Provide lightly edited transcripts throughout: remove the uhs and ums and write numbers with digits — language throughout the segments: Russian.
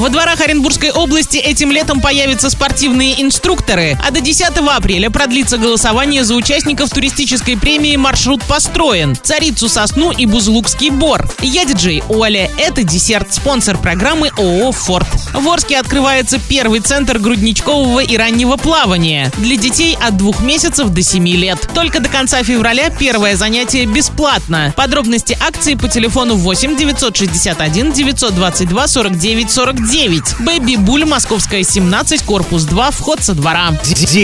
Во дворах Оренбургской области этим летом появятся спортивные инструкторы, а до 10 апреля продлится голосование за участников туристической премии «Маршрут построен», «Царицу Сосну» и «Бузулукский бор». Я диджей Оля. Это десерт, спонсор программы ООО «Форд». В Орске открывается первый центр грудничкового и раннего плавания для детей от 2 месяцев до 7 лет. Только до конца февраля первое занятие бесплатно. Подробности акции по телефону 8 961 922 49 49. Бэби Буль, Московская, 17, корпус 2, вход со двора.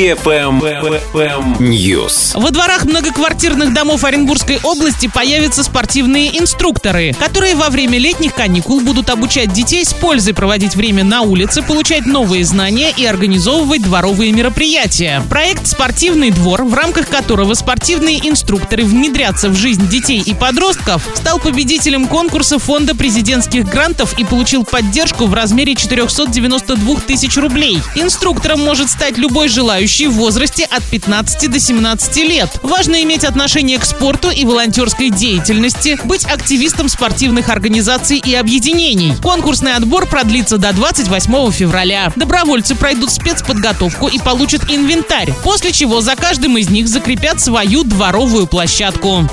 News. Во дворах многоквартирных домов Оренбургской области появятся спортивные инструкторы, которые во время летних каникул будут обучать детей с пользой проводить время на улице, получать новые знания и организовывать дворовые мероприятия. Проект «Спортивный двор», в рамках которого спортивные инструкторы внедрятся в жизнь детей и подростков, стал победителем конкурса Фонда президентских грантов и получил поддержку в размере 492 тысяч рублей. Инструктором может стать любой желающий в возрасте от 15 до 17 лет. Важно иметь отношение к спорту и волонтерской деятельности, быть активистом спортивных организаций и объединений. Конкурсный отбор продлится до 28 февраля. Добровольцы пройдут спецподготовку и получат инвентарь, после чего за каждым из них закрепят свою дворовую площадку.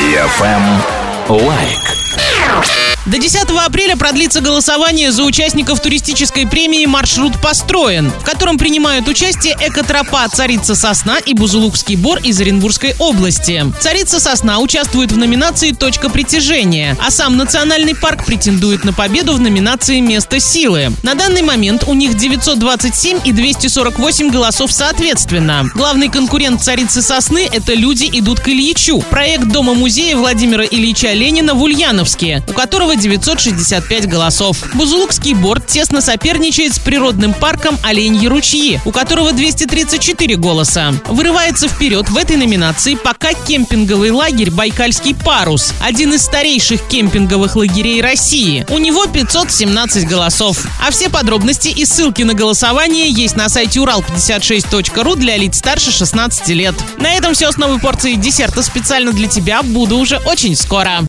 Лайк. До 10 апреля продлится голосование за участников туристической премии «Маршрут построен», в котором принимают участие экотропа «Царица Сосна» и «Бузулукский бор» из Оренбургской области. «Царица Сосна» участвует в номинации «Точка притяжения», а сам национальный парк претендует на победу в номинации «Место силы». На данный момент у них 927 и 248 голосов соответственно. Главный конкурент «Царицы Сосны» — это «Люди идут к Ильичу», проект Дома-музея Владимира Ильича Ленина в Ульяновске, у которого 965 голосов. Бузулукский бор тесно соперничает с природным парком Оленьи ручьи, у которого 234 голоса. Вырывается вперед в этой номинации пока кемпинговый лагерь «Байкальский парус», один из старейших кемпинговых лагерей России. У него 517 голосов. А все подробности и ссылки на голосование есть на сайте урал56.ру для лиц старше 16 лет. На этом все с новой порцией десерта специально для тебя. Буду уже очень скоро.